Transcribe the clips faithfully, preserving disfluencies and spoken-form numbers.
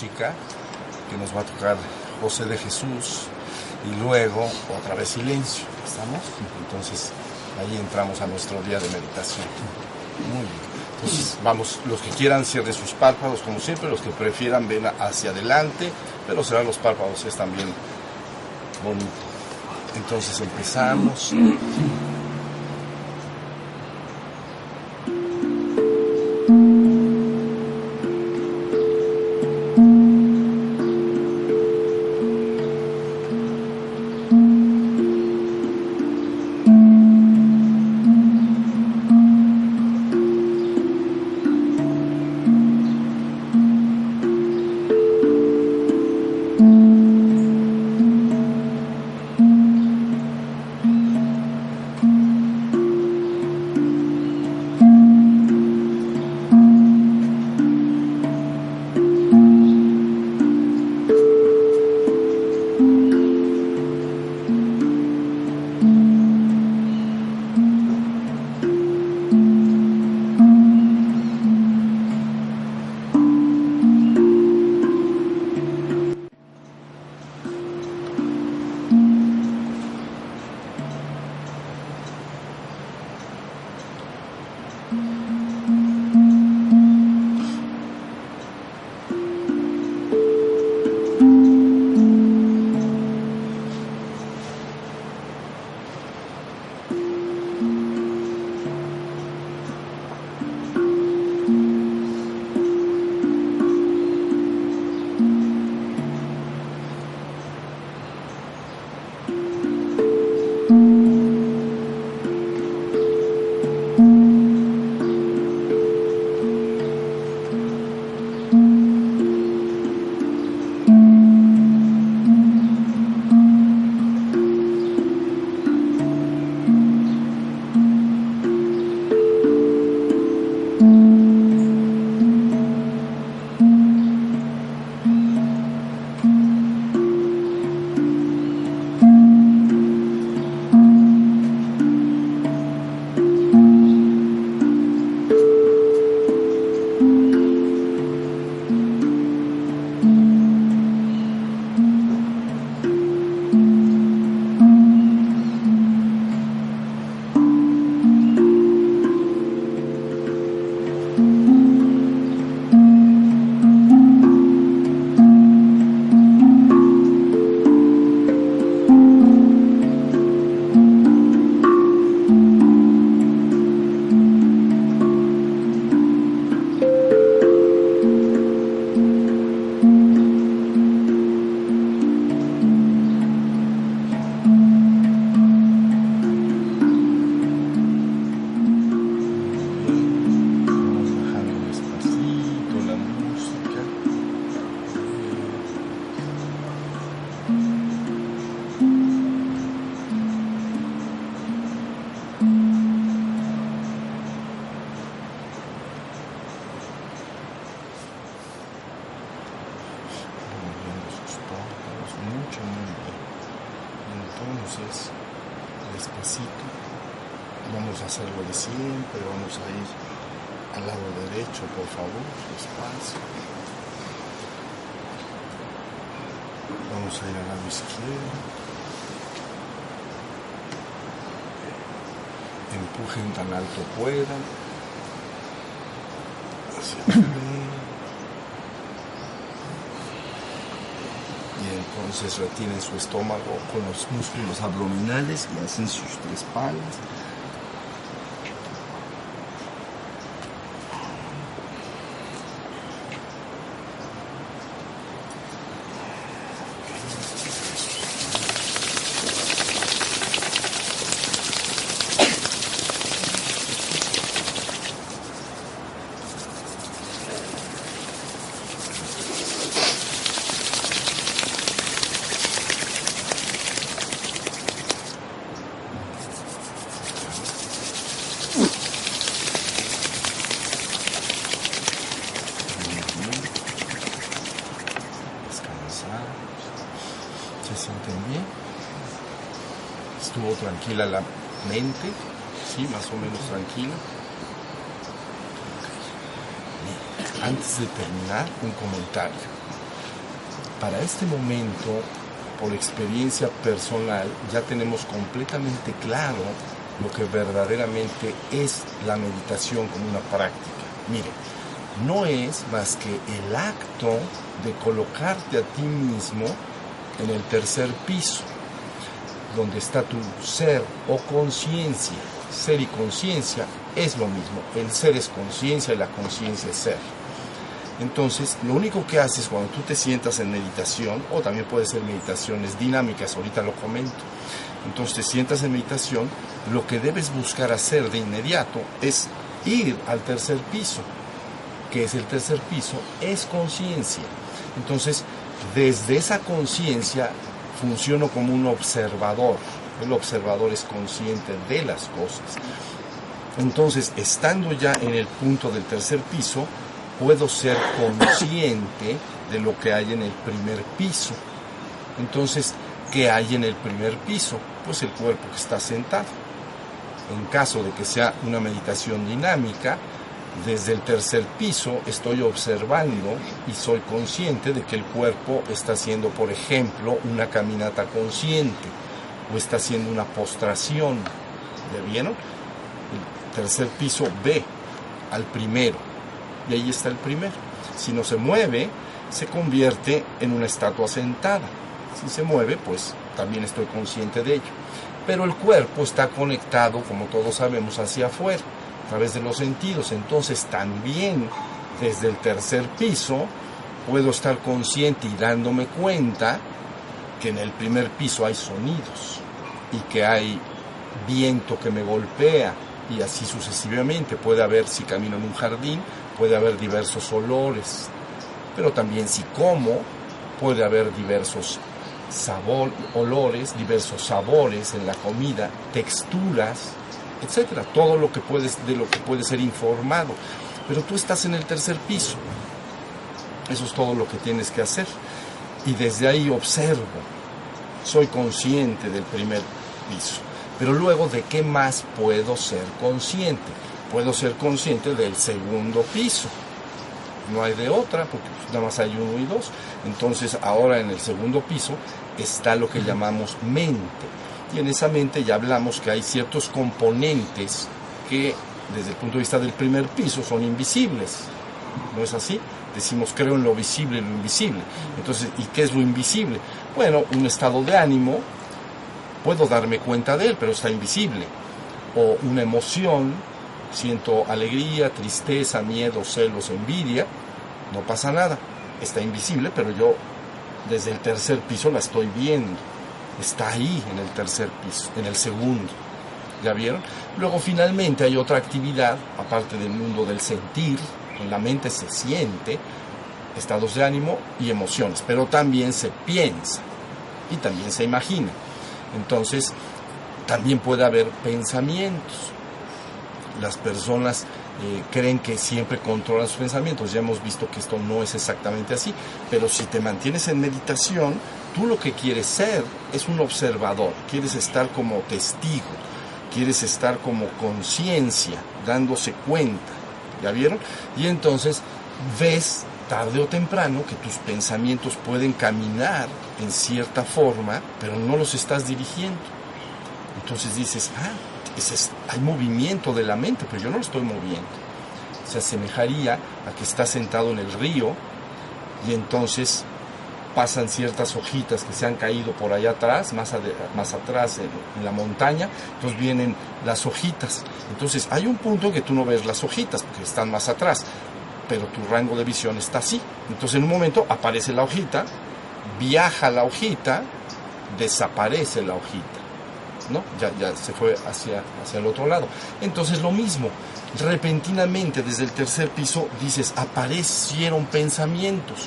música que nos va a tocar José de Jesús y luego otra vez silencio, ¿estamos? Entonces ahí entramos a nuestro día de meditación. Muy bien. Entonces vamos, los que quieran cierren sus párpados como siempre, los que prefieran ven hacia adelante, pero cerrar los párpados es también bonito. Entonces empezamos. Entonces, despacito, vamos a hacer lo de siempre, vamos a ir al lado derecho, por favor, despacio. Vamos a ir al lado izquierdo. Empujen tan alto puedan. Hacia arriba. Y entonces retienen su estómago con los músculos abdominales y hacen sus tres palas. ¿Se sienten bien? ¿Estuvo tranquila la mente? Sí, más o menos tranquila. Antes de terminar, un comentario. para este momento, por experiencia personal, ya tenemos completamente claro lo que verdaderamente es la meditación como una práctica. Mire, no es más que el acto de colocarte a ti mismo en el tercer piso, donde está tu ser o conciencia. Ser y conciencia es lo mismo. El ser es conciencia y la conciencia es ser. Entonces, lo único que haces cuando tú te sientas en meditación, o también puede ser meditaciones dinámicas, ahorita lo comento. Entonces te sientas en meditación, lo que debes buscar hacer de inmediato es ir al tercer piso. ¿Qué es el tercer piso? Es conciencia. Entonces, desde esa conciencia funciono como un observador. El observador es consciente de las cosas. Entonces, estando ya en el punto del tercer piso, puedo ser consciente de lo que hay en el primer piso. Entonces, ¿qué hay en el primer piso? Pues el cuerpo que está sentado. En caso de que sea una meditación dinámica, desde el tercer piso estoy observando y soy consciente de que el cuerpo está haciendo, por ejemplo, una caminata consciente o está haciendo una postración. ¿Ya vieron? El tercer piso ve al primero y ahí está el primero. Si no se mueve, se convierte en una estatua sentada. Si se mueve, pues también estoy consciente de ello. Pero el cuerpo está conectado, como todos sabemos, hacia afuera, a través de los sentidos. Entonces también desde el tercer piso puedo estar consciente y dándome cuenta que en el primer piso hay sonidos y que hay viento que me golpea y así sucesivamente. Puede haber, si camino en un jardín, puede haber diversos olores, pero también si como, puede haber diversos sabor, olores, diversos sabores en la comida, texturas, etcétera, todo lo que puedes, de lo que puede ser informado. Pero tú estás en el tercer piso. Eso es todo lo que tienes que hacer. Y desde ahí observo, soy consciente del primer piso. Pero luego, ¿de qué más puedo ser consciente? Puedo ser consciente del segundo piso. No hay de otra, porque nada más hay uno y dos. Entonces, ahora en el segundo piso está lo que llamamos mente. Y en esa mente ya hablamos que hay ciertos componentes que, desde el punto de vista del primer piso, son invisibles. ¿No es así? Decimos, creo en lo visible y lo invisible. Entonces, ¿y qué es lo invisible? Bueno, un estado de ánimo, puedo darme cuenta de él, pero está invisible. O una emoción, siento alegría, tristeza, miedo, celos, envidia, no pasa nada. Está invisible, pero yo desde el tercer piso la estoy viendo. Está ahí en el tercer piso, en el segundo. ¿Ya vieron? Luego finalmente hay otra actividad, aparte del mundo del sentir. En la mente se siente, estados de ánimo y emociones, pero también se piensa y también se imagina. Entonces, también puede haber pensamientos. Las personas eh, creen que siempre controlan sus pensamientos. Ya hemos visto que esto no es exactamente así, pero si te mantienes en meditación, tú lo que quieres ser es un observador, quieres estar como testigo, quieres estar como conciencia, dándose cuenta. ¿Ya vieron? Y entonces ves tarde o temprano que tus pensamientos pueden caminar en cierta forma, pero no los estás dirigiendo. Entonces dices, ah, ese es, hay movimiento de la mente, pero yo no lo estoy moviendo. Se asemejaría a que estás sentado en el río y entonces pasan ciertas hojitas que se han caído por allá atrás, más, ade, más atrás en, en la montaña, entonces vienen las hojitas. Entonces hay un punto en que tú no ves las hojitas porque están más atrás, pero tu rango de visión está así. Entonces en un momento aparece la hojita, viaja la hojita, desaparece la hojita, ¿no? Ya, ya se fue hacia, hacia el otro lado. Entonces lo mismo, repentinamente desde el tercer piso dices, aparecieron pensamientos.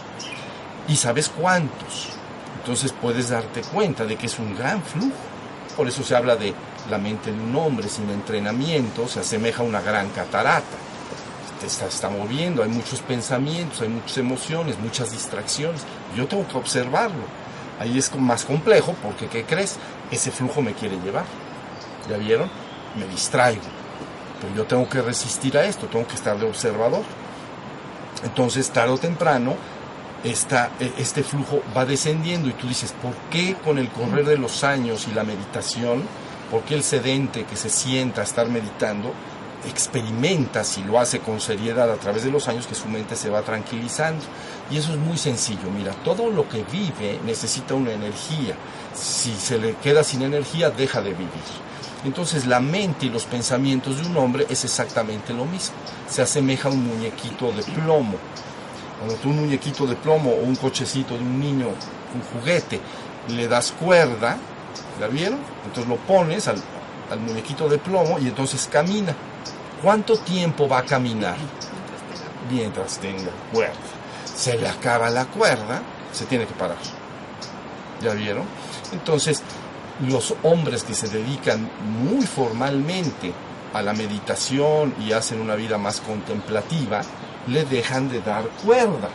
¿Y sabes cuántos? Entonces puedes darte cuenta de que es un gran flujo. Por eso se habla de la mente de un hombre sin entrenamiento, se asemeja a una gran catarata. Te está, está moviendo, hay muchos pensamientos, hay muchas emociones, muchas distracciones. Yo tengo que observarlo. Ahí es más complejo porque, ¿qué crees? Ese flujo me quiere llevar. ¿Ya vieron? Me distraigo. Pero yo tengo que resistir a esto, tengo que estar de observador. Entonces, tarde o temprano, esta, este flujo va descendiendo y tú dices, ¿por qué con el correr de los años y la meditación, por qué el sedente que se sienta a estar meditando experimenta, si lo hace con seriedad a través de los años, que su mente se va tranquilizando? Y eso es muy sencillo. Mira, todo lo que vive necesita una energía. Si se le queda sin energía, deja de vivir. Entonces la mente y los pensamientos de un hombre es exactamente lo mismo. Se asemeja a un muñequito de plomo. Cuando tú un muñequito de plomo o un cochecito de un niño, un juguete, le das cuerda, ¿la vieron? Entonces lo pones al, al muñequito de plomo y entonces camina. ¿Cuánto tiempo va a caminar? Mientras tenga cuerda. Se le acaba la cuerda, se tiene que parar. ¿Ya vieron? Entonces, los hombres que se dedican muy formalmente a la meditación y hacen una vida más contemplativa, le dejan de dar cuerda.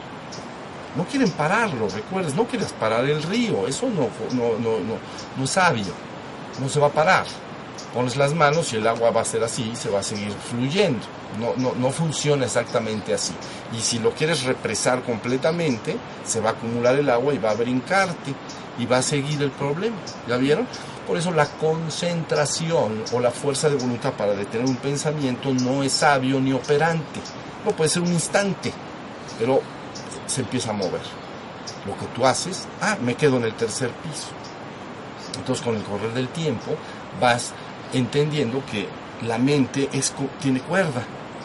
No quieren pararlo, recuerdes, no quieres parar el río, eso no, no, no, no, no es sabio, no se va a parar. Pones las manos y el agua va a ser así, se va a seguir fluyendo. No, no, no funciona exactamente así. Y si lo quieres represar completamente, se va a acumular el agua y va a brincarte y va a seguir el problema. ¿Ya vieron? Por eso la concentración o la fuerza de voluntad para detener un pensamiento no es sabio ni operante. No puede ser un instante, pero se empieza a mover. Lo que tú haces, ah, me quedo en el tercer piso. Entonces, con el correr del tiempo, vas entendiendo que la mente es, tiene cuerda.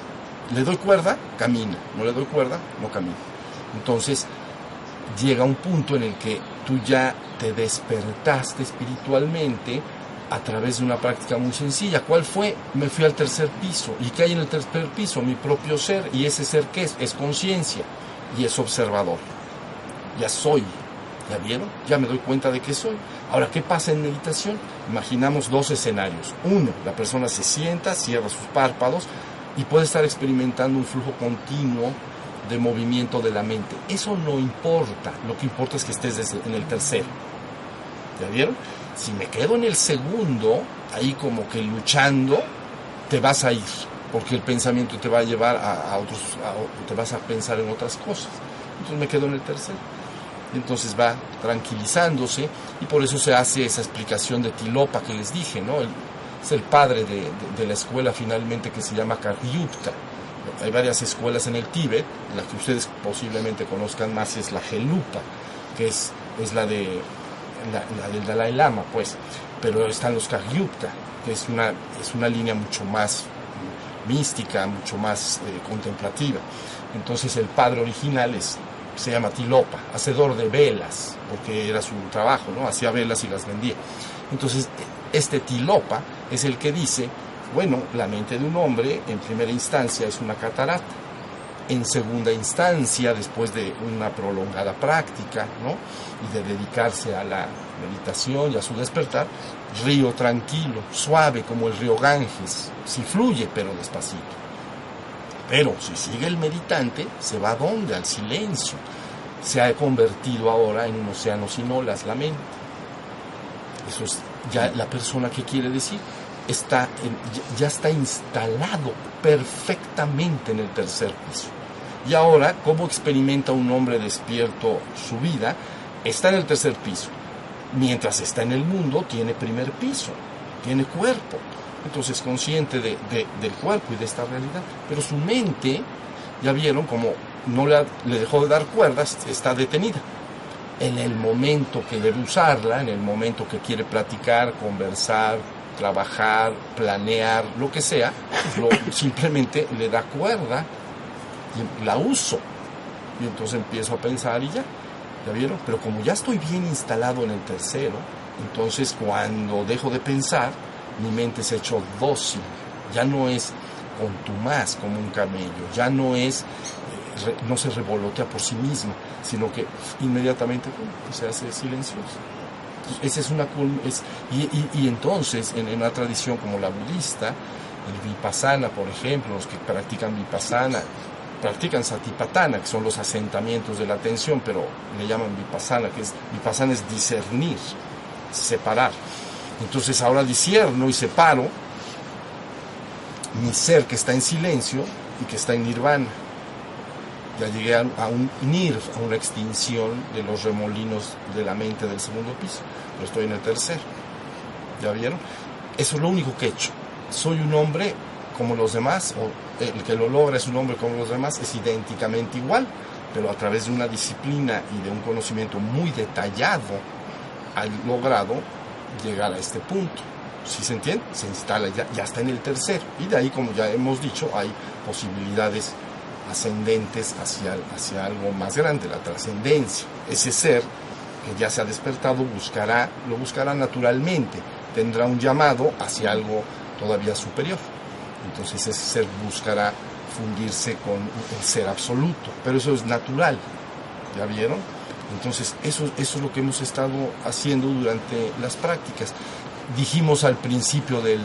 Le doy cuerda, camina. No le doy cuerda, no camina. Entonces, llega un punto en el que tú ya te despertaste espiritualmente a través de una práctica muy sencilla. ¿Cuál fue? Me fui al tercer piso. ¿Y qué hay en el tercer piso? Mi propio ser. ¿Y ese ser qué es? Es conciencia. Y es observador. Ya soy. ¿Ya vieron? Ya me doy cuenta de que soy. Ahora, ¿qué pasa en meditación? Imaginamos dos escenarios. Uno, la persona se sienta, cierra sus párpados y puede estar experimentando un flujo continuo de movimiento de la mente. Eso no importa. Lo que importa es que estés desde, en el tercero. ¿Ya vieron? Si me quedo en el segundo, ahí como que luchando, te vas a ir. Porque el pensamiento te va a llevar a, a otros, a, te vas a pensar en otras cosas. Entonces me quedo en el tercero. Entonces va tranquilizándose y por eso se hace esa explicación de Tilopa que les dije, ¿no? El, es el padre de, de, de la escuela finalmente que se llama Kagyutka. Hay varias escuelas en el Tíbet, la que ustedes posiblemente conozcan más es la Gelupa, que es, es la, de, la, la del Dalai Lama, pues, pero están los Kagyutka, que es una, es una línea mucho más mística, mucho más eh, contemplativa. Entonces el padre original es, se llama Tilopa, hacedor de velas, porque era su trabajo, ¿no? Hacía velas y las vendía. Entonces este Tilopa es el que dice, bueno, la mente de un hombre en primera instancia es una catarata, en segunda instancia, después de una prolongada práctica, ¿no? Y de dedicarse a la meditación y a su despertar, río tranquilo, suave como el río Ganges, si fluye pero despacito. Pero si sigue el meditante, se va ¿a dónde? Al silencio. Se ha convertido ahora en un océano sin olas, la mente. Eso es ya la persona que quiere decir. Está en, ya está instalado perfectamente en el tercer piso. Y ahora, ¿cómo experimenta un hombre despierto su vida? Está en el tercer piso. Mientras está en el mundo, tiene primer piso, tiene cuerpo. Entonces, consciente de, de, del cuerpo y de esta realidad. Pero su mente, ya vieron, como no le, le dejó de dar cuerdas, está detenida. En el momento que debe usarla, en el momento que quiere platicar, conversar, trabajar, planear, lo que sea, lo, simplemente le da cuerda y la uso. Y entonces empiezo a pensar y ya, ¿ya vieron? Pero como ya estoy bien instalado en el tercero, entonces cuando dejo de pensar, mi mente se ha hecho dócil, ya no es contumaz como un camello, ya no es, eh, re, no se revolotea por sí misma, sino que inmediatamente uh, se hace silencioso. Esa es una es, y, y, y entonces en, en una tradición como la budista, el vipassana, por ejemplo, los que practican vipassana, practican satipatthana, que son los asentamientos de la atención, pero le llaman vipassana, que es vipassana es discernir, separar. Entonces ahora discierno y separo mi ser que está en silencio y que está en nirvana. Ya llegué a, a un NIRV, a una extinción de los remolinos de la mente del segundo piso. Pero estoy en el tercero. ¿Ya vieron? Eso es lo único que he hecho. Soy un hombre como los demás, o el que lo logra es un hombre como los demás, es idénticamente igual, pero a través de una disciplina y de un conocimiento muy detallado, ha logrado llegar a este punto. ¿Sí se entiende? Se instala, ya, ya está en el tercero. Y de ahí, como ya hemos dicho, hay posibilidades ascendentes hacia, hacia algo más grande, la trascendencia. Ese ser que ya se ha despertado buscará, lo buscará naturalmente, tendrá un llamado hacia algo todavía superior. Entonces ese ser buscará fundirse con el ser absoluto, pero eso es natural. ¿Ya vieron? Entonces eso, eso es lo que hemos estado haciendo durante las prácticas. Dijimos al principio del,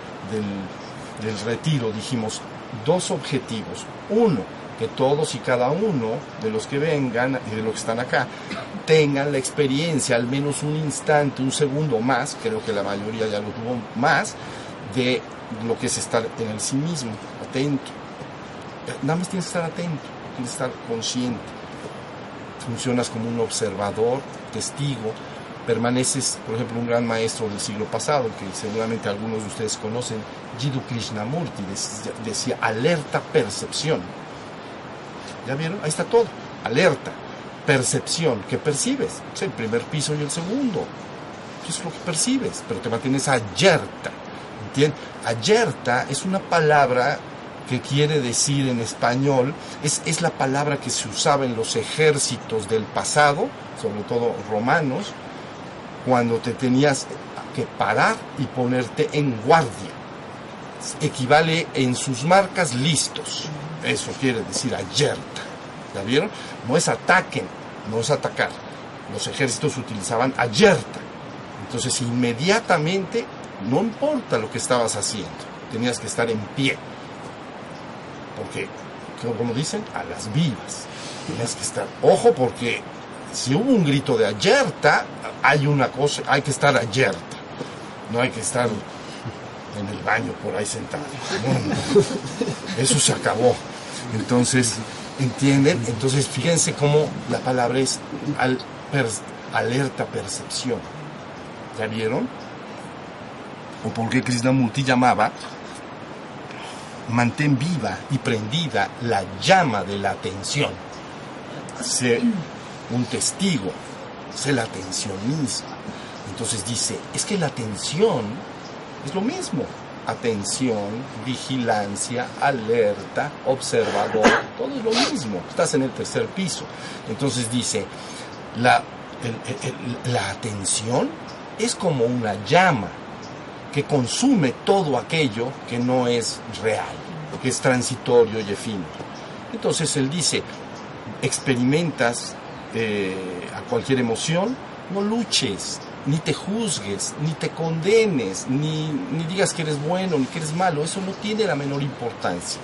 del, del retiro, dijimos dos objetivos. Uno, que todos y cada uno de los que vengan y de los que están acá tengan la experiencia, al menos un instante, un segundo más, creo que la mayoría ya lo tuvo más, de lo que es estar en el sí mismo, atento. Nada más tienes que estar atento, tienes que estar consciente. Funcionas como un observador, testigo, permaneces, por ejemplo, un gran maestro del siglo pasado, que seguramente algunos de ustedes conocen, Jiddu Krishnamurti, decía alerta percepción. ¿Ya vieron? Ahí está todo, alerta, percepción, ¿qué percibes? Es el primer piso y el segundo, eso es lo que percibes, pero te mantienes alerta, ¿entiendes? Alerta es una palabra que quiere decir en español, es, es la palabra que se usaba en los ejércitos del pasado, sobre todo romanos, cuando te tenías que parar y ponerte en guardia. Equivale en sus marcas listos. Eso quiere decir alerta. ¿Ya vieron? No es ataquen, no es atacar. Los ejércitos utilizaban alerta. Entonces inmediatamente, no importa lo que estabas haciendo, tenías que estar en pie. Porque, como dicen, a las vivas. Tenías que estar, ojo, porque si hubo un grito de alerta, hay una cosa, hay que estar alerta. No hay que estar en el baño por ahí sentado. No, no. Eso se acabó. Entonces, ¿entienden? Entonces, fíjense cómo la palabra es al, per, alerta percepción. ¿Ya vieron? O por qué Krishnamurti llamaba mantén viva y prendida la llama de la atención. Sé un testigo, sé la atención misma. Entonces dice, es que la atención es lo mismo. Atención, vigilancia, alerta, observador, todo es lo mismo. Estás en el tercer piso. Entonces dice, la, el, el, la atención es como una llama que consume todo aquello que no es real, que es transitorio y efímero. Entonces él dice, experimentas eh, a cualquier emoción, no luches, ni te juzgues, ni te condenes, ni, ni digas que eres bueno, ni que eres malo, eso no tiene la menor importancia.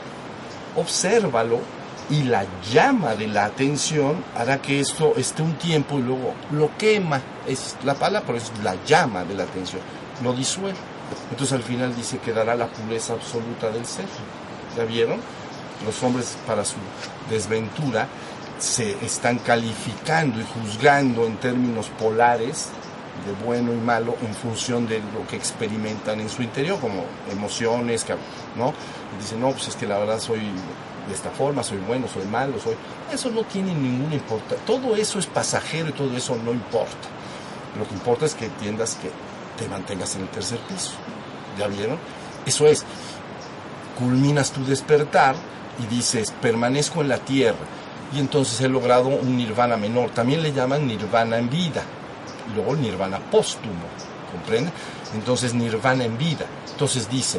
Obsérvalo y la llama de la atención hará que esto esté un tiempo y luego lo quema, es la palabra, pero es la llama de la atención, lo disuelve. Entonces al final dice que dará la pureza absoluta del ser. ¿Ya vieron? Los hombres para su desventura se están calificando y juzgando en términos polares de bueno y malo en función de lo que experimentan en su interior, como emociones, ¿no? Y dicen, no, pues es que la verdad soy de esta forma, soy bueno, soy malo, soy... Eso no tiene ninguna importancia. Todo eso es pasajero y todo eso no importa. Lo que importa es que entiendas que te mantengas en el tercer piso. ¿Ya vieron? Eso es, culminas tu despertar y dices, permanezco en la tierra. Y entonces he logrado un nirvana menor. También le llaman nirvana en vida. Y luego nirvana póstumo, ¿comprende? Entonces nirvana en vida. Entonces dicen,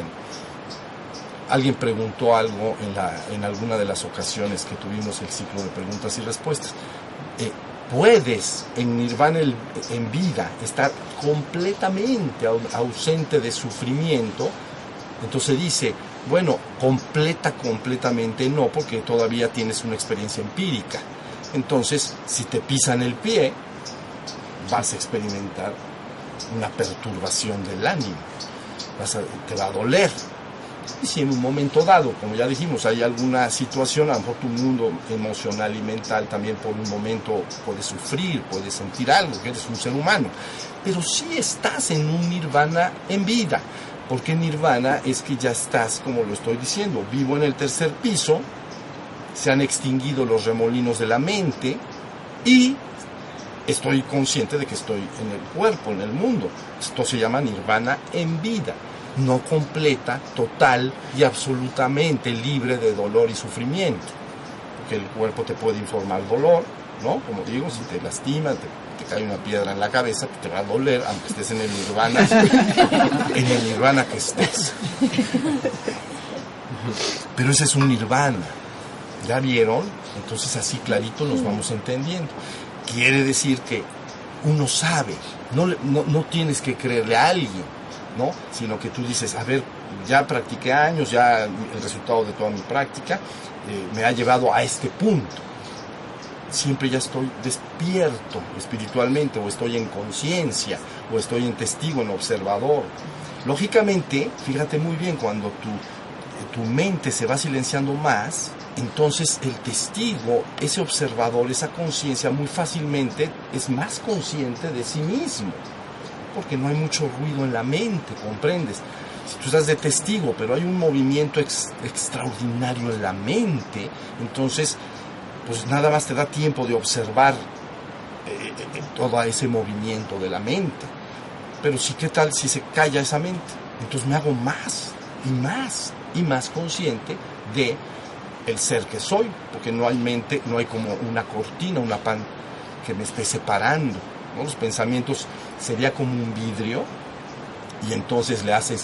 alguien preguntó algo en, la, en alguna de las ocasiones que tuvimos el ciclo de preguntas y respuestas. Eh, ¿Puedes en nirvana en vida estar completamente ausente de sufrimiento? Entonces dice, bueno, completa, completamente no, porque todavía tienes una experiencia empírica. Entonces, si te pisan el pie, vas a experimentar una perturbación del ánimo, vas a, te va a doler. Y si en un momento dado, como ya dijimos, hay alguna situación, a lo mejor tu mundo emocional y mental también por un momento puedes sufrir, puedes sentir algo, que eres un ser humano, pero sí estás en un nirvana en vida, porque nirvana es que ya estás, como lo estoy diciendo, vivo en el tercer piso, se han extinguido los remolinos de la mente y estoy consciente de que estoy en el cuerpo, en el mundo. Esto se llama nirvana en vida, no completa, total y absolutamente libre de dolor y sufrimiento. Porque el cuerpo te puede informar dolor, ¿no? Como digo, si te lastima, te, te cae una piedra en la cabeza, te va a doler, aunque estés en el nirvana, en el nirvana que estés. Pero ese es un nirvana. ¿Ya vieron? Entonces así clarito nos vamos entendiendo. Quiere decir que uno sabe, no, no, no tienes que creerle a alguien, ¿no? Sino que tú dices, a ver, ya practiqué años, ya el resultado de toda mi práctica eh, me ha llevado a este punto. Siempre ya estoy despierto espiritualmente, o estoy en conciencia, o estoy en testigo, en observador. Lógicamente, fíjate muy bien, cuando tu, tu mente se va silenciando más, entonces el testigo, ese observador, esa conciencia, muy fácilmente es más consciente de sí mismo, porque no hay mucho ruido en la mente, ¿comprendes? Si tú estás de testigo, pero hay un movimiento ex, extraordinario en la mente, entonces pues nada más te da tiempo de observar eh, eh, todo ese movimiento de la mente. Pero sí, ¿qué tal si se calla esa mente? Entonces me hago más y más y más consciente de el ser que soy, porque no hay mente, no hay como una cortina, una pan que me esté separando, ¿no? Los pensamientos sería como un vidrio, y entonces le haces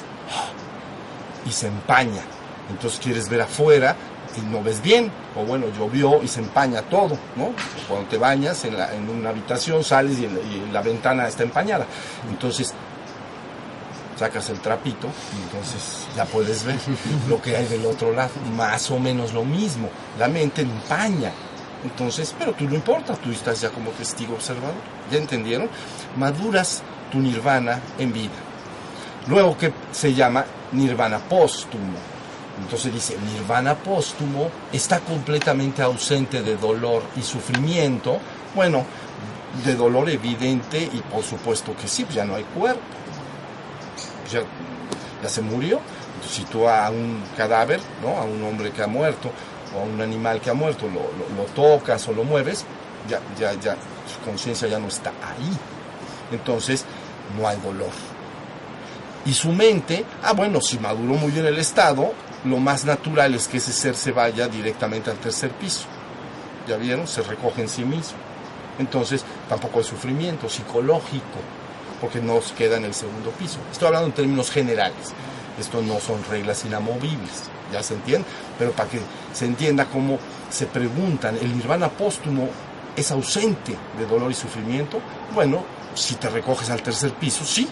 y se empaña, entonces quieres ver afuera y no ves bien, o bueno, llovió y se empaña todo, ¿no? Cuando te bañas en, la, en una habitación, sales y, el, y la ventana está empañada, entonces sacas el trapito y entonces ya puedes ver lo que hay del otro lado, más o menos lo mismo, la mente empaña, entonces, pero tú no importa, tú estás ya como testigo observador, ¿ya entendieron? Maduras tu nirvana en vida. Luego, que se llama nirvana póstumo, entonces dice, nirvana póstumo está completamente ausente de dolor y sufrimiento. Bueno, de dolor evidente, y por supuesto que sí, pues ya no hay cuerpo, Ya, ya se murió. Entonces, si tú a un cadáver, ¿no? A un hombre que ha muerto, o a un animal que ha muerto, lo, lo, lo tocas o lo mueves, ya, ya, ya, su conciencia ya no está ahí. Entonces, no hay dolor. Y su mente, ah bueno, si maduró muy bien el estado, lo más natural es que ese ser se vaya directamente al tercer piso. ¿Ya vieron? Se recoge en sí mismo. Entonces, tampoco hay sufrimiento psicológico, porque nos queda en el segundo piso. Estoy hablando en términos generales. Esto no son reglas inamovibles, ¿ya se entiende? Pero para que se entienda cómo se preguntan, ¿el nirvana póstumo es ausente de dolor y sufrimiento? Bueno, si te recoges al tercer piso, sí.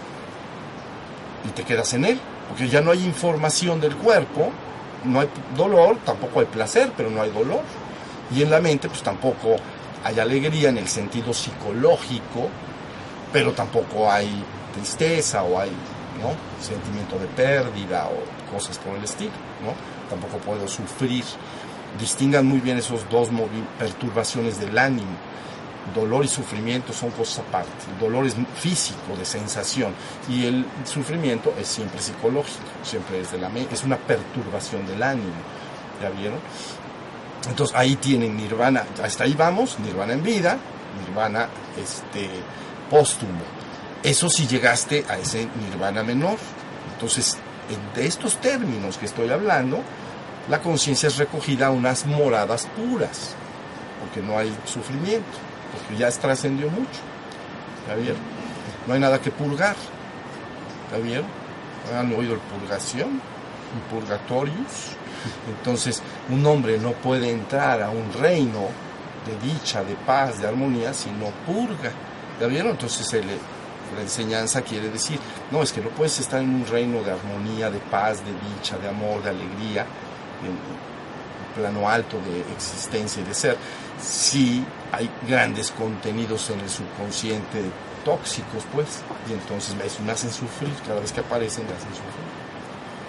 Y te quedas en él, porque ya no hay información del cuerpo, no hay dolor, tampoco hay placer, pero no hay dolor. Y en la mente, pues tampoco hay alegría en el sentido psicológico, pero tampoco hay tristeza o hay, ¿no?, sentimiento de pérdida o cosas por el estilo, ¿no? Tampoco puedo sufrir. Distingan muy bien esos dos perturbaciones del ánimo. Dolor y sufrimiento son cosas aparte. El dolor es físico, de sensación, y el sufrimiento es siempre psicológico, siempre es de la mente, es una perturbación del ánimo. ¿Ya vieron? Entonces ahí tienen nirvana, hasta ahí vamos, nirvana en vida, nirvana este póstumo. Eso si llegaste a ese nirvana menor. Entonces, de estos términos que estoy hablando, la conciencia es recogida a unas moradas puras, porque no hay sufrimiento, porque ya trascendió mucho. ¿Ya vieron? No hay nada que purgar. ¿Ya vieron? ¿Han oído el purgación? El purgatorius. Entonces, un hombre no puede entrar a un reino de dicha, de paz, de armonía, si no purga. ¿Ya vieron? Entonces el, la enseñanza quiere decir, no, es que no puedes estar en un reino de armonía, de paz, de dicha, de amor, de alegría, en un plano alto de existencia y de ser, si hay grandes contenidos en el subconsciente tóxicos, pues, y entonces me hacen sufrir, cada vez que aparecen me hacen sufrir.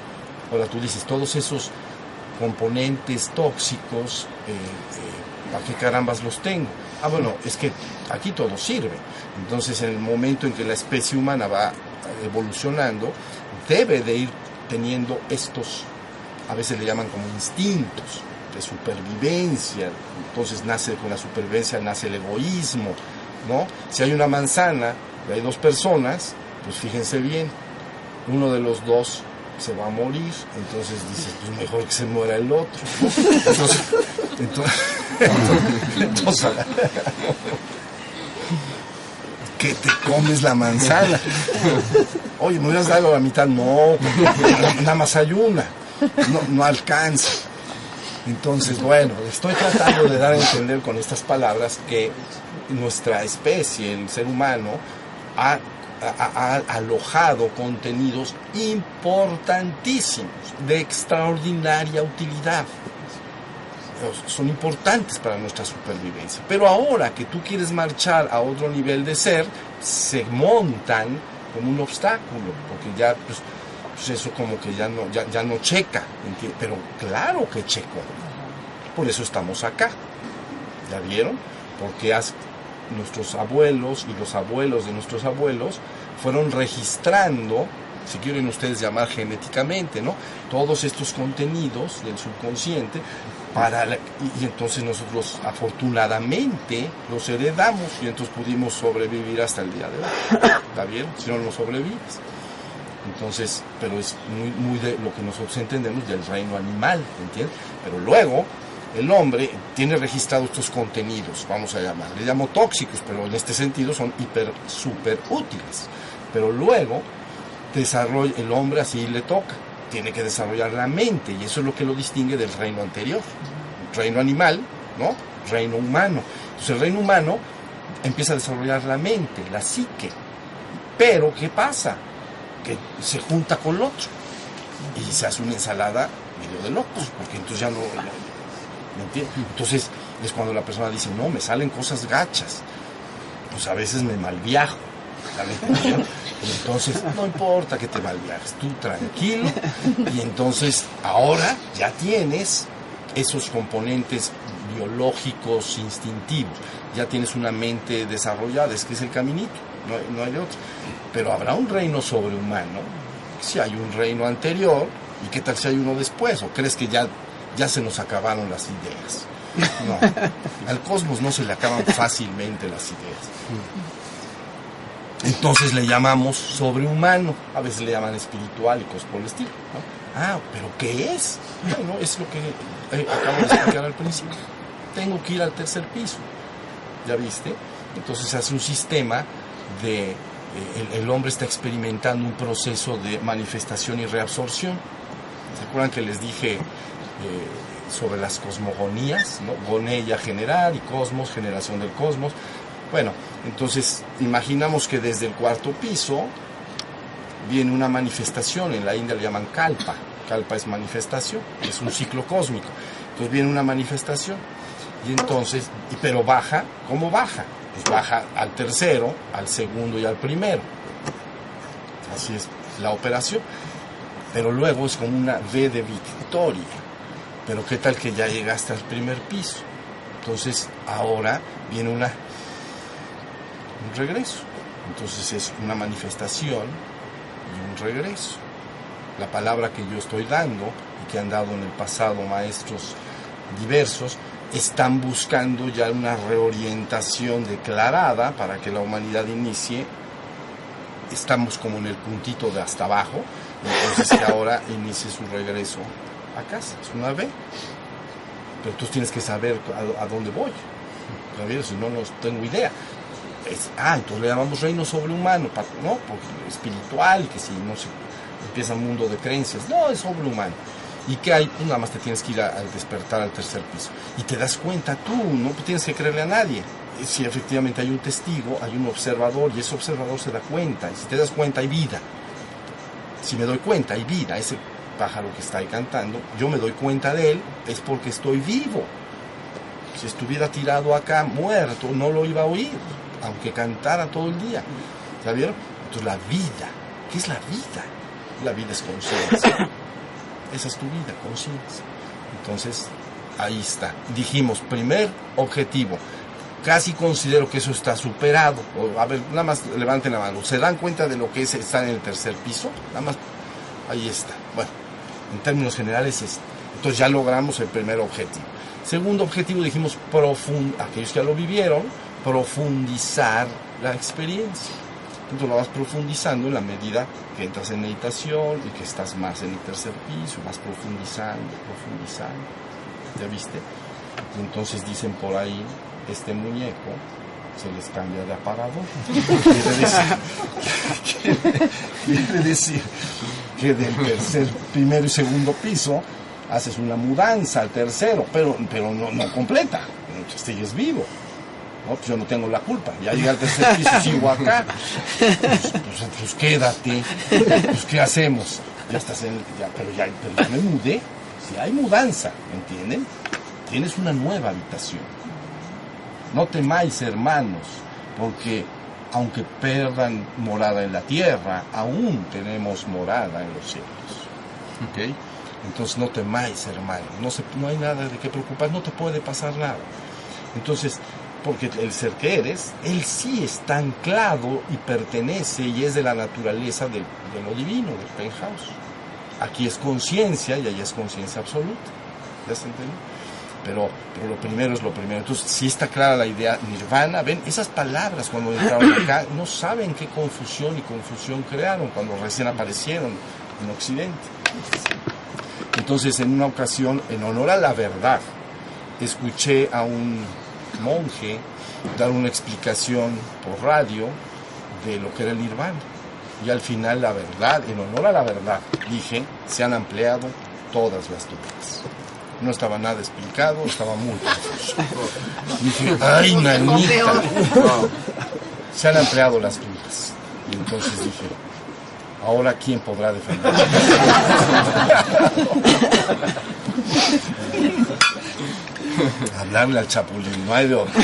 Ahora tú dices, todos esos componentes tóxicos, eh, eh, ¿para qué carambas los tengo? Ah, bueno, es que aquí todo sirve. Entonces, en el momento en que la especie humana va evolucionando, debe de ir teniendo estos, a veces le llaman como instintos de supervivencia. Entonces nace con la supervivencia, nace el egoísmo, ¿no? Si hay una manzana y hay dos personas, pues fíjense bien, uno de los dos se va a morir, entonces dices, pues mejor que se muera el otro. Entonces, entonces, entonces que te comes la manzana. Oye, me hubieras dado la mitad, no, nada más hay una, no, no alcanza. Entonces, bueno, estoy tratando de dar a entender con estas palabras que nuestra especie, el ser humano, ha Ha, ha alojado contenidos importantísimos, de extraordinaria utilidad. Son importantes para nuestra supervivencia. Pero ahora que tú quieres marchar a otro nivel de ser, se montan como un obstáculo, porque ya, pues, pues eso como que ya no, ya, ya no checa. ¿Entiendes? Pero claro que checo. Por eso estamos acá. ¿Ya vieron? Porque has... nuestros abuelos y los abuelos de nuestros abuelos fueron registrando, si quieren ustedes llamar genéticamente, ¿no?, todos estos contenidos del subconsciente para la, y, y entonces nosotros afortunadamente los heredamos y entonces pudimos sobrevivir hasta el día de hoy. ¿Está bien? Si no, no sobrevives. Entonces, pero es muy, muy de lo que nosotros entendemos del reino animal, ¿entiendes? Pero luego el hombre tiene registrados estos contenidos, vamos a llamar, le llamo tóxicos, pero en este sentido son hiper, super útiles. Pero luego, desarrolla, el hombre así le toca, tiene que desarrollar la mente, y eso es lo que lo distingue del reino anterior. Reino animal, ¿no? Reino humano. Entonces el reino humano empieza a desarrollar la mente, la psique. Pero, ¿qué pasa? Que se junta con el otro, y se hace una ensalada medio de locos, porque entonces ya no... ¿Me entiendes? Entonces es cuando la persona dice, no, me salen cosas gachas, pues a veces me malviajo, ¿sabes? Entonces no importa que te malviajes, tú tranquilo, y entonces ahora ya tienes esos componentes biológicos, instintivos, ya tienes una mente desarrollada, es que es el caminito, no hay, no hay otro. Pero habrá un reino sobrehumano, si hay un reino anterior, y qué tal si hay uno después, o crees que ya ya se nos acabaron las ideas. No, al cosmos no se le acaban fácilmente las ideas. Entonces le llamamos sobrehumano, a veces le llaman espiritual y cosas por el estilo, ¿no? Ah, ¿pero qué es? Bueno, es lo que eh, acabo de explicar al principio. Tengo que ir al tercer piso, ¿ya viste? Entonces hace un sistema de... Eh, el, el hombre está experimentando un proceso de manifestación y reabsorción. ¿Se acuerdan que les dije... Eh, sobre las cosmogonías, ¿no? Goneia, generar, y cosmos, generación del cosmos? Bueno, entonces imaginamos que desde el cuarto piso viene una manifestación, en la India le llaman kalpa, kalpa es manifestación, es un ciclo cósmico, entonces viene una manifestación, y entonces, pero baja, ¿cómo baja? Pues baja al tercero, al segundo y al primero, así es la operación, pero luego es como una V de victoria. Pero qué tal que ya llegaste al primer piso. Entonces ahora viene una un regreso. Entonces es una manifestación y un regreso. La palabra que yo estoy dando y que han dado en el pasado maestros diversos, están buscando ya una reorientación declarada para que la humanidad inicie. Estamos como en el puntito de hasta abajo, entonces que ahora inicie su regreso a casa, es una V, pero tú tienes que saber a, a dónde voy, si no, no tengo idea. Es, ah, entonces le llamamos reino sobrehumano, ¿no? Porque espiritual, que si no se empieza un mundo de creencias, no, es sobrehumano. ¿Y qué hay? Pues nada más te tienes que ir al despertar al tercer piso, y te das cuenta tú, no tienes que creerle a nadie. Si efectivamente hay un testigo, hay un observador, y ese observador se da cuenta, y si te das cuenta hay vida. Si me doy cuenta hay vida, ese pájaro que está ahí cantando, yo me doy cuenta de él, es porque estoy vivo. Si estuviera tirado acá, muerto, no lo iba a oír, aunque cantara todo el día. ¿Ya vieron? Entonces la vida, ¿qué es la vida? La vida es conciencia. esa es tu vida, conciencia. Entonces, ahí está. Dijimos, primer objetivo. Casi considero que eso está superado. O, a ver, nada más levanten la mano. ¿Se dan cuenta de lo que es estar en el tercer piso? Nada más, ahí está. Bueno, en términos generales, es, entonces ya logramos el primer objetivo. Segundo objetivo, dijimos, profund, aquellos que ya lo vivieron, profundizar la experiencia. Entonces lo vas profundizando en la medida que entras en meditación y que estás más en el tercer piso, vas profundizando, profundizando. ¿Ya viste? Y entonces dicen por ahí, este muñeco se les cambia de aparador. Quiere decir, quiere, quiere decir que del tercer, primero y segundo piso haces una mudanza al tercero, pero, pero no, no completa, sigues vivo. No, pues yo no tengo la culpa, ya llegué al tercer piso, sigo acá, pues, pues, pues quédate, pues ¿qué hacemos? Ya estás en el, ya, pero ya, pero ya me mudé, si hay mudanza, ¿entienden? Tienes una nueva habitación. No temáis, hermanos, porque aunque pierdan morada en la tierra, aún tenemos morada en los cielos. ¿Ok? Entonces no temáis, hermanos, no, se, no hay nada de qué preocupar, no te puede pasar nada. Entonces, porque el ser que eres, él sí está anclado y pertenece y es de la naturaleza de, de lo divino, del penthouse. Aquí es conciencia y allá es conciencia absoluta. ¿Ya se entiende? Pero, pero lo primero es lo primero. Entonces, si está clara la idea, nirvana, ven, esas palabras cuando entraron acá, no saben qué confusión y confusión crearon cuando recién aparecieron en Occidente. Entonces, en una ocasión, en honor a la verdad, escuché a un monje dar una explicación por radio de lo que era el nirvana. Y al final, la verdad, en honor a la verdad, dije, se han ampliado todas las dudas. No estaba nada explicado, estaba muy confuso. Dije, ay, nanita. Se han ampliado las dudas. Y entonces dije, ahora ¿quién podrá defender? Hablarle al Chapulín, no hay de otra.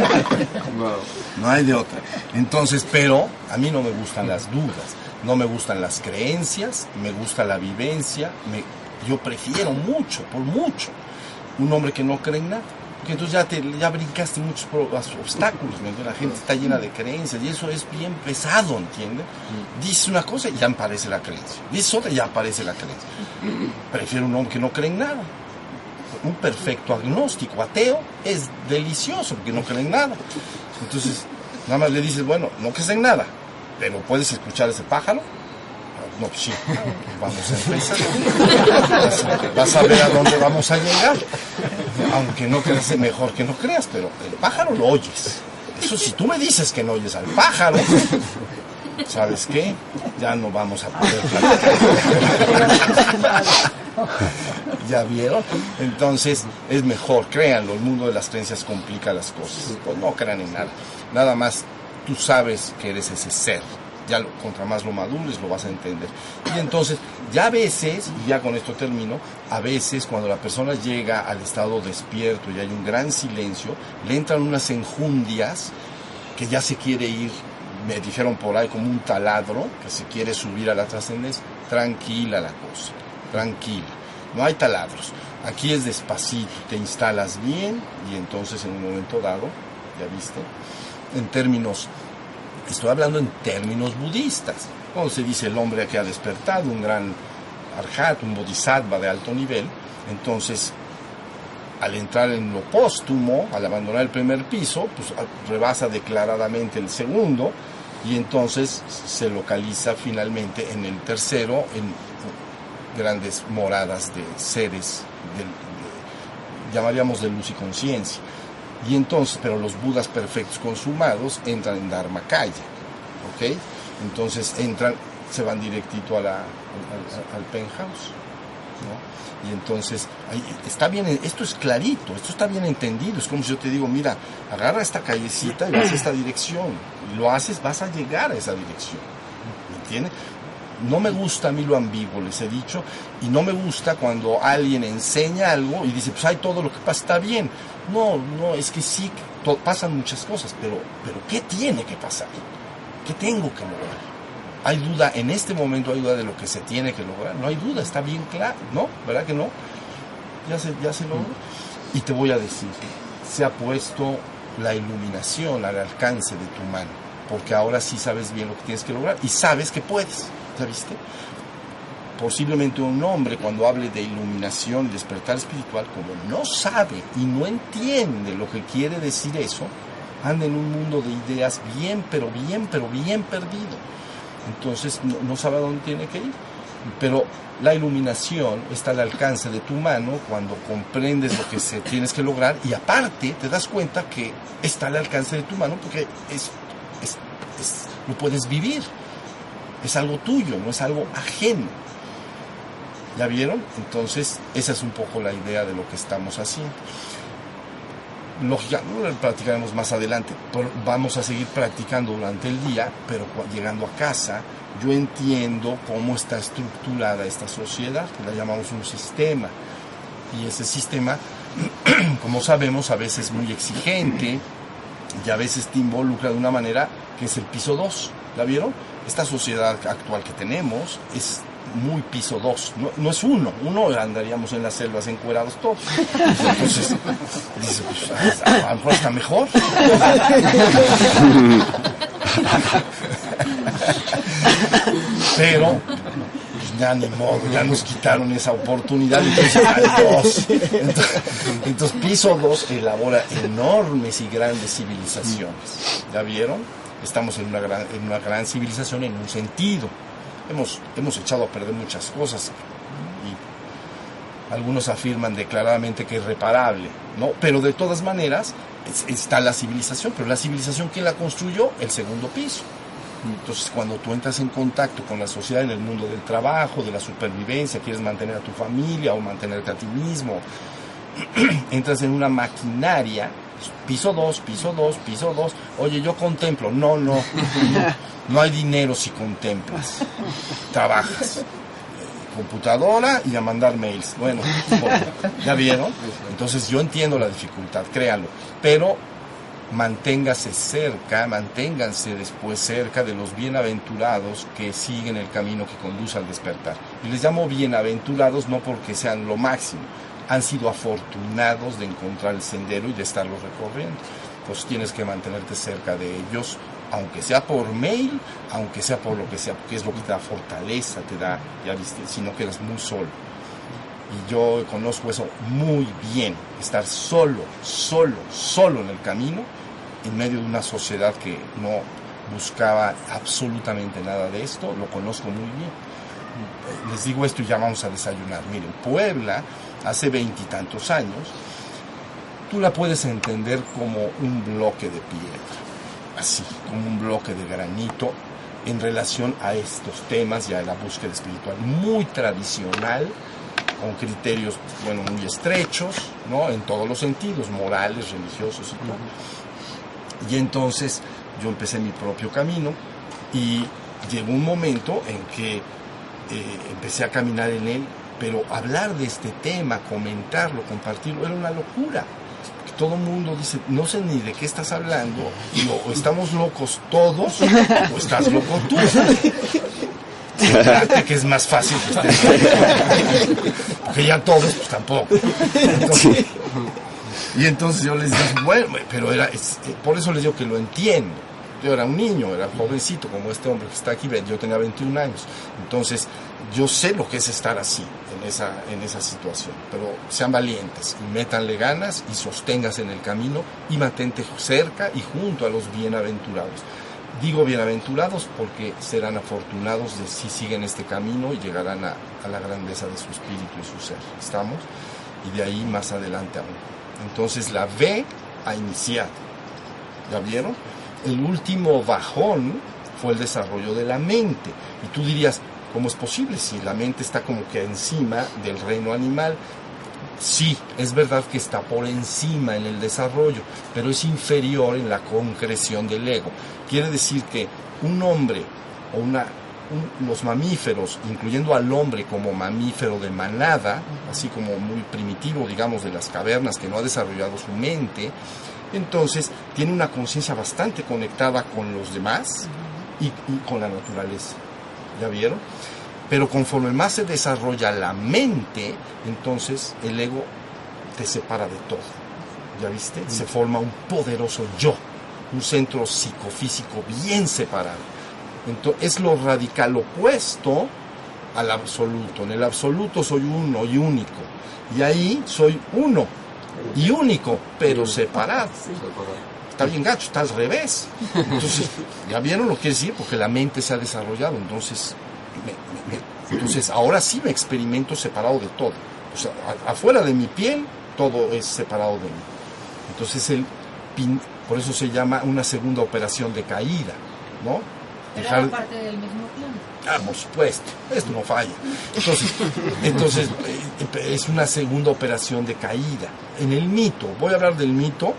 No hay de otra. Entonces, pero a mí no me gustan las dudas, no me gustan las creencias, me gusta la vivencia, me, yo prefiero mucho, por mucho, un hombre que no cree en nada. Porque entonces ya, te, ya brincaste muchos obstáculos, ¿me entiendes? La gente está llena de creencias y eso es bien pesado, ¿entiendes? Dices una cosa y ya aparece la creencia. Dices otra y ya aparece la creencia. Prefiero un hombre que no cree en nada. Un perfecto agnóstico, ateo, es delicioso porque no cree en nada. Entonces, nada más le dices, bueno, no crees en nada, pero ¿puedes escuchar ese pájaro? No, pues sí, vamos a empezar. Vas a, vas a ver a dónde vamos a llegar. Aunque no creas, mejor que no creas, pero el pájaro lo oyes. Eso si tú me dices que no oyes al pájaro, ¿sabes qué? Ya no vamos a poder platicar. ¿Ya vieron? Entonces es mejor, créanlo, el mundo de las creencias complica las cosas. Pues no crean en nada. Nada más tú sabes que eres ese ser. Ya lo, contra más lo madures lo vas a entender. Y entonces, ya a veces, y ya con esto termino, a veces cuando la persona llega al estado despierto y hay un gran silencio, le entran unas enjundias que ya se quiere ir, me dijeron por ahí, como un taladro, que se quiere subir a la trascendencia. Tranquila la cosa, tranquila. No hay taladros. Aquí es despacito, te instalas bien y entonces en un momento dado, ya viste, en términos... Estoy hablando en términos budistas. Cuando se dice el hombre que ha despertado, un gran arhat, un bodhisattva de alto nivel, entonces al entrar en lo póstumo, al abandonar el primer piso, pues rebasa declaradamente el segundo y entonces se localiza finalmente en el tercero, en grandes moradas de seres, de, de, llamaríamos de luz y conciencia. Y entonces, pero los budas perfectos consumados entran en Dharmakaya, ¿ok? Entonces entran, se van directito a la, al, al penthouse, ¿no? Y entonces, ahí, está bien, esto es clarito, esto está bien entendido, es como si yo te digo, mira, agarra esta callecita y vas a esta dirección, y lo haces, vas a llegar a esa dirección, ¿me entiendes? No me gusta a mí lo ambiguo, les he dicho, y no me gusta cuando alguien enseña algo y dice, pues hay todo lo que pasa, está bien. No, no, es que sí, to- pasan muchas cosas, pero, pero ¿qué tiene que pasar? ¿Qué tengo que lograr? hay duda, en este momento hay duda de lo que se tiene que lograr, no hay duda, está bien claro, ¿no? ¿Verdad que no? Ya se, ya se logró. Y te voy a decir, se ha puesto la iluminación al alcance de tu mano, porque ahora sí sabes bien lo que tienes que lograr y sabes que puedes, ¿ya viste? Posiblemente un hombre, cuando hable de iluminación y despertar espiritual, como no sabe y no entiende lo que quiere decir eso, anda en un mundo de ideas bien, pero bien, pero bien perdido. Entonces no, no sabe a dónde tiene que ir. Pero la iluminación está al alcance de tu mano cuando comprendes lo que se tienes que lograr, y aparte te das cuenta que está al alcance de tu mano porque es, es, es, lo puedes vivir. Es algo tuyo, no es algo ajeno. ¿Ya vieron? Entonces, esa es un poco la idea de lo que estamos haciendo. Lógica, no lo practicaremos más adelante, pero vamos a seguir practicando durante el día, pero llegando a casa, yo entiendo cómo está estructurada esta sociedad, que la llamamos un sistema. Y ese sistema, como sabemos, a veces es muy exigente y a veces te involucra de una manera que es el piso dos. ¿La vieron? Esta sociedad actual que tenemos es muy piso dos, no, no es uno, uno andaríamos en las selvas encuerados todos. Entonces, dice, pues, a, a lo mejor está mejor. Pero, pues ya ni modo, ya nos quitaron esa oportunidad, entonces al dos. Entonces, entonces piso dos elabora enormes y grandes civilizaciones. ¿Ya vieron? Estamos en una gran, en una gran civilización en un sentido. Hemos, hemos echado a perder muchas cosas y algunos afirman declaradamente que es reparable, ¿no? Pero de todas maneras es, está la civilización, pero la civilización, ¿quién la construyó? El segundo piso. Entonces, cuando tú entras en contacto con la sociedad en el mundo del trabajo, de la supervivencia, quieres mantener a tu familia o mantenerte a ti mismo, entras en una maquinaria, piso dos, piso dos, piso dos, oye, yo contemplo, no, no, no, no hay dinero si contemplas, trabajas, computadora y a mandar mails, bueno, ¿ya vieron? Entonces yo entiendo la dificultad, créanlo, pero manténgase cerca, manténganse después cerca de los bienaventurados que siguen el camino que conduce al despertar. Y les llamo bienaventurados no porque sean lo máximo, han sido afortunados de encontrar el sendero y de estarlo recorriendo. Pues tienes que mantenerte cerca de ellos, aunque sea por mail, aunque sea por lo que sea, porque es lo que te da fortaleza, te da, ya viste, si no quedas muy solo. Y yo conozco eso muy bien, estar solo, solo, solo en el camino, en medio de una sociedad que no buscaba absolutamente nada de esto, lo conozco muy bien. Les digo esto y ya vamos a desayunar. Miren, Puebla, hace veintitantos años, tú la puedes entender como un bloque de piedra, así, como un bloque de granito, en relación a estos temas y a la búsqueda espiritual, muy tradicional, con criterios, bueno, muy estrechos, ¿no? En todos los sentidos, morales, religiosos y todo. Y entonces yo empecé mi propio camino y llegó un momento en que eh, empecé a caminar en él, pero hablar de este tema, comentarlo, compartirlo, era una locura. Porque todo el mundo dice, no sé ni de qué estás hablando, y o, o estamos locos todos, o estás loco tú. Fíjate que es más fácil que estén, porque ya todos, pues tampoco. Entonces, y entonces yo les dije, bueno, pero era, es, por eso les digo que lo entiendo. Yo era un niño, era jovencito, como este hombre que está aquí, yo tenía veintiún años. Entonces, yo sé lo que es estar así, en esa, en esa situación. Pero sean valientes y métanle ganas y sosténganse en el camino y mantente cerca y junto a los bienaventurados. Digo bienaventurados porque serán afortunados de si siguen este camino y llegarán a, a la grandeza de su espíritu y su ser. ¿Estamos? Y de ahí más adelante aún. Entonces la V ha iniciado. ¿Ya vieron? El último bajón fue el desarrollo de la mente. Y tú dirías, ¿cómo es posible si la mente está como que encima del reino animal? Sí, es verdad que está por encima en el desarrollo, pero es inferior en la concreción del ego. Quiere decir que un hombre o una, un, los mamíferos, incluyendo al hombre como mamífero de manada, así como muy primitivo, digamos, de las cavernas, que no ha desarrollado su mente, entonces tiene una conciencia bastante conectada con los demás y, y con la naturaleza. ¿ya vieron? Pero conforme más se desarrolla la mente, entonces el ego te separa de todo, ¿ya viste? Se forma un poderoso yo, un centro psicofísico bien separado. Entonces, es lo radical opuesto al absoluto. En el absoluto soy uno y único, y ahí soy uno y único, pero separado. Está bien gacho, está al revés. Entonces, ¿ya vieron lo que quiere decir? Porque la mente se ha desarrollado. Entonces, me, me, me, entonces ahora sí me experimento separado de todo. O sea, a, afuera de mi piel, todo es separado de mí. Entonces, el pin, por eso se llama una segunda operación de caída, ¿no? Pero Dejar... era parte del mismo plan. Ah, por supuesto, esto no falla. Entonces, entonces eh, es una segunda operación de caída. En el mito, voy a hablar del mito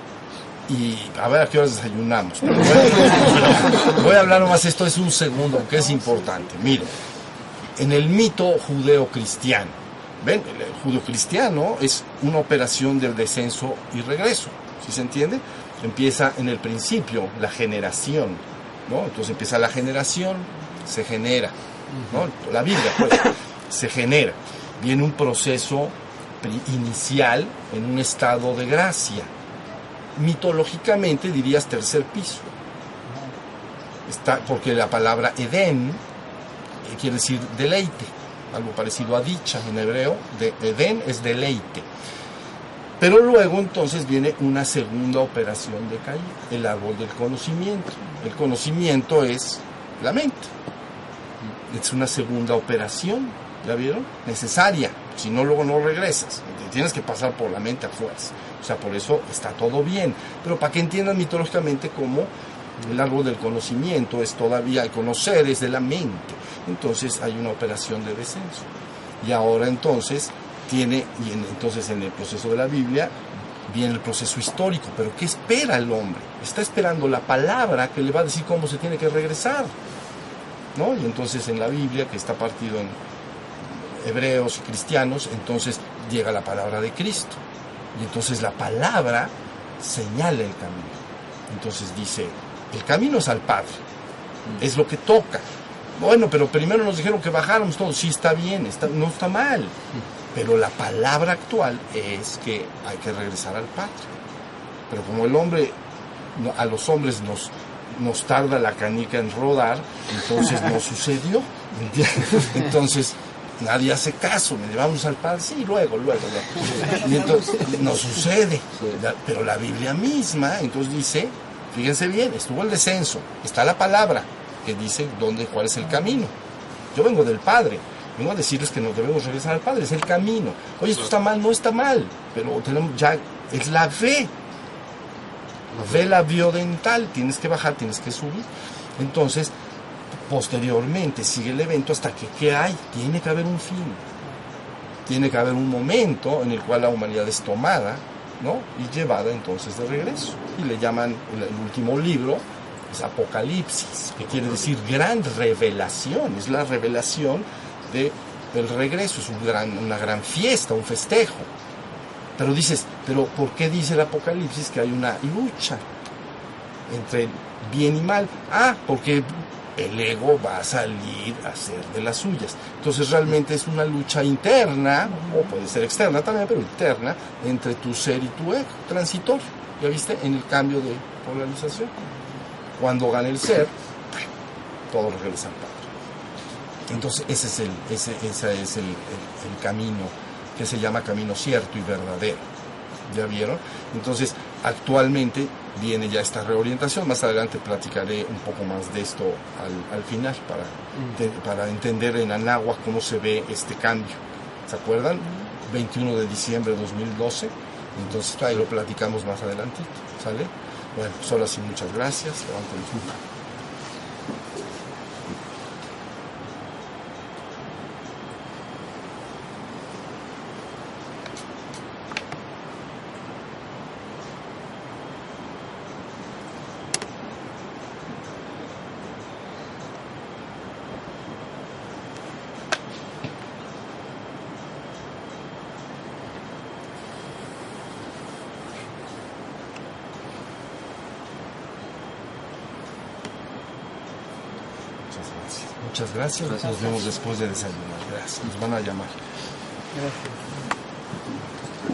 y a ver a qué horas desayunamos. Pero voy, a, voy a hablar nomás, esto es un segundo, que es importante. Miren, en el mito judeo-cristiano, ¿ven? El judeo-cristiano es una operación del descenso y regreso, ¿sí se entiende? Empieza en el principio, la generación, ¿no? Entonces empieza la generación, se genera, ¿no? La Biblia, pues, se genera. Viene un proceso inicial en un estado de gracia. Mitológicamente dirías tercer piso. Está, porque la palabra Edén eh, quiere decir deleite, algo parecido a dicha en hebreo. De, Edén es deleite. Pero luego entonces viene una segunda operación de caída, el árbol del conocimiento. El conocimiento es la mente. Es una segunda operación, ¿ya vieron? Necesaria, si no luego no regresas. Tienes que pasar por la mente a fuerza. O sea, por eso está todo bien. Pero para que entiendan mitológicamente cómo el árbol del conocimiento es todavía, el conocer es de la mente. Entonces hay una operación de descenso. Y ahora entonces tiene, y en, entonces en el proceso de la Biblia viene el proceso histórico. Pero ¿qué espera el hombre? Está esperando la palabra que le va a decir cómo se tiene que regresar, ¿no? Y entonces en la Biblia, que está partido en hebreos y cristianos, entonces llega la palabra de Cristo. Y entonces la palabra señala el camino. Entonces dice, el camino es al Padre, es lo que toca. Bueno, pero primero nos dijeron que bajáramos todos. Sí, está bien, está, no está mal. Pero la palabra actual es que hay que regresar al Padre. Pero como el hombre, a los hombres nos, nos tarda la canica en rodar, entonces no sucedió. Entonces nadie hace caso, me llevamos al Padre, sí, luego, luego, luego. Y entonces no sucede. Pero la Biblia misma, entonces dice, fíjense bien, estuvo el descenso, está la palabra que dice dónde, cuál es el camino. Yo vengo del Padre, vengo a decirles que nos debemos regresar al Padre, es el camino. Oye, esto está mal, no está mal, pero tenemos ya, es la fe. Ve la biodental, tienes que bajar, tienes que subir. Entonces, posteriormente sigue el evento hasta que, ¿qué hay? Tiene que haber un fin. Tiene que haber un momento en el cual la humanidad es tomada, ¿no? Y llevada entonces de regreso. Y le llaman, el, el último libro es Apocalipsis, que quiere decir gran revelación. Es la revelación de, del regreso, es un gran, una gran fiesta, un festejo. Pero dices, ¿pero por qué dice el Apocalipsis que hay una lucha entre bien y mal? Ah, porque el ego va a salir a hacer de las suyas. Entonces realmente es una lucha interna, o puede ser externa también, pero interna, entre tu ser y tu ego, transitorio. ¿Ya viste? En el cambio de polarización. Cuando gana el ser, todo regresa al Padre. Entonces ese es el, ese, ese es el, el, el camino que se llama camino cierto y verdadero. ¿Ya vieron? Entonces, actualmente viene ya esta reorientación. Más adelante platicaré un poco más de esto al, al final para, de, para entender en Anáhuac cómo se ve este cambio. ¿Se acuerdan? veintiuno de diciembre de dos mil doce. Entonces, ahí lo platicamos más adelante. ¿Sale? Bueno, solo así, muchas gracias. Levanten su mano. Muchas gracias. Muchas gracias. Gracias. Nos vemos después de desayunar. Gracias. Nos van a llamar. Gracias.